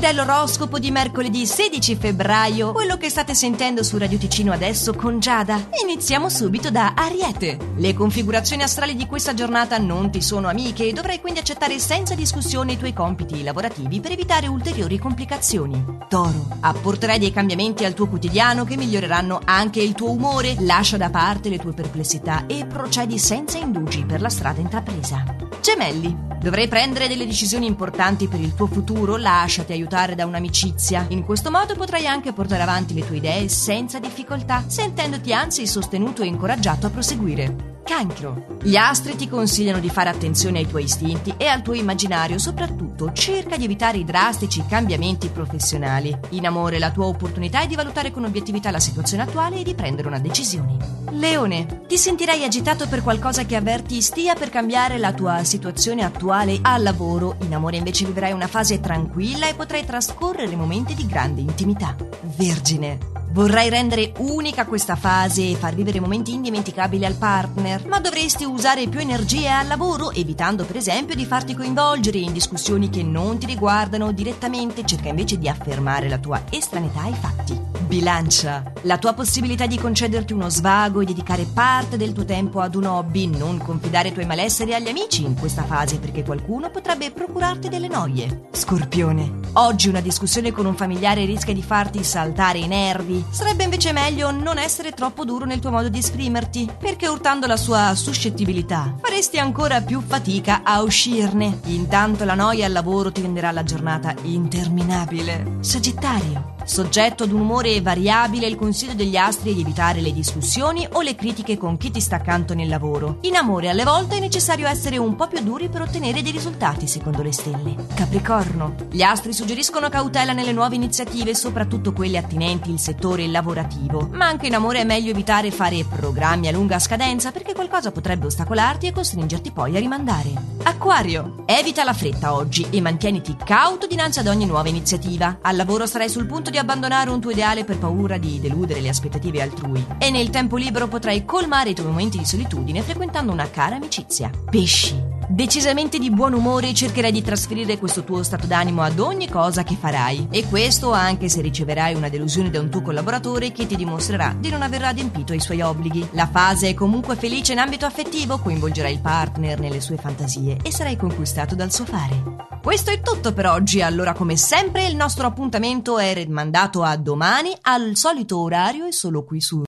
Ed è l'oroscopo di mercoledì 16 febbraio, quello che state sentendo su Radio Ticino adesso con Giada. Iniziamo subito da Ariete. Le configurazioni astrali di questa giornata non ti sono amiche e dovrai quindi accettare senza discussione i tuoi compiti lavorativi per evitare ulteriori complicazioni. Toro, apporterai dei cambiamenti al tuo quotidiano che miglioreranno anche il tuo umore. Lascia da parte le tue perplessità e procedi senza indugi per la strada intrapresa. Gemelli, dovrai prendere delle decisioni importanti per il tuo futuro, lasciati aiutare da un'amicizia. In questo modo potrai anche portare avanti le tue idee senza difficoltà, sentendoti anzi sostenuto e incoraggiato a proseguire. Cancro, gli astri ti consigliano di fare attenzione ai tuoi istinti e al tuo immaginario, soprattutto cerca di evitare i drastici cambiamenti professionali. In amore la tua opportunità è di valutare con obiettività la situazione attuale e di prendere una decisione. Leone, ti sentirai agitato per qualcosa che avverti stia per cambiare la tua situazione attuale al lavoro. In amore invece vivrai una fase tranquilla e potrai trascorrere momenti di grande intimità. Vergine, vorrai rendere unica questa fase e far vivere momenti indimenticabili al partner, ma dovresti usare più energie al lavoro, evitando per esempio di farti coinvolgere in discussioni che non ti riguardano direttamente. Cerca invece di affermare la tua estraneità ai fatti. Bilancia, la tua possibilità di concederti uno svago e dedicare parte del tuo tempo ad un hobby. Non confidare i tuoi malesseri agli amici in questa fase, perché qualcuno potrebbe procurarti delle noie. Scorpione, oggi una discussione con un familiare rischia di farti saltare i nervi. Sarebbe invece meglio non essere troppo duro nel tuo modo di esprimerti, perché urtando la sua suscettibilità faresti ancora più fatica a uscirne. Intanto la noia al lavoro ti renderà la giornata interminabile. Sagittario, soggetto ad un umore variabile, il consiglio degli astri è di evitare le discussioni o le critiche con chi ti sta accanto nel lavoro. In amore alle volte è necessario essere un po' più duri per ottenere dei risultati secondo le stelle. Capricorno, gli astri suggeriscono cautela nelle nuove iniziative, soprattutto quelle attinenti il settore lavorativo, ma anche in amore è meglio evitare fare programmi a lunga scadenza, perché qualcosa potrebbe ostacolarti e costringerti poi a rimandare. Acquario, evita la fretta oggi e mantieniti cauto dinanzi ad ogni nuova iniziativa. Al lavoro sarai sul punto di abbandonare un tuo ideale per paura di deludere le aspettative altrui, e nel tempo libero potrai colmare i tuoi momenti di solitudine frequentando una cara amicizia. Pesci, decisamente di buon umore e cercherai di trasferire questo tuo stato d'animo ad ogni cosa che farai, e questo anche se riceverai una delusione da un tuo collaboratore che ti dimostrerà di non aver adempiito ai suoi obblighi. La fase è comunque felice in ambito affettivo, coinvolgerai il partner nelle sue fantasie e sarai conquistato dal suo fare. Questo è tutto per oggi, allora come sempre il nostro appuntamento è rimandato a domani al solito orario e solo qui su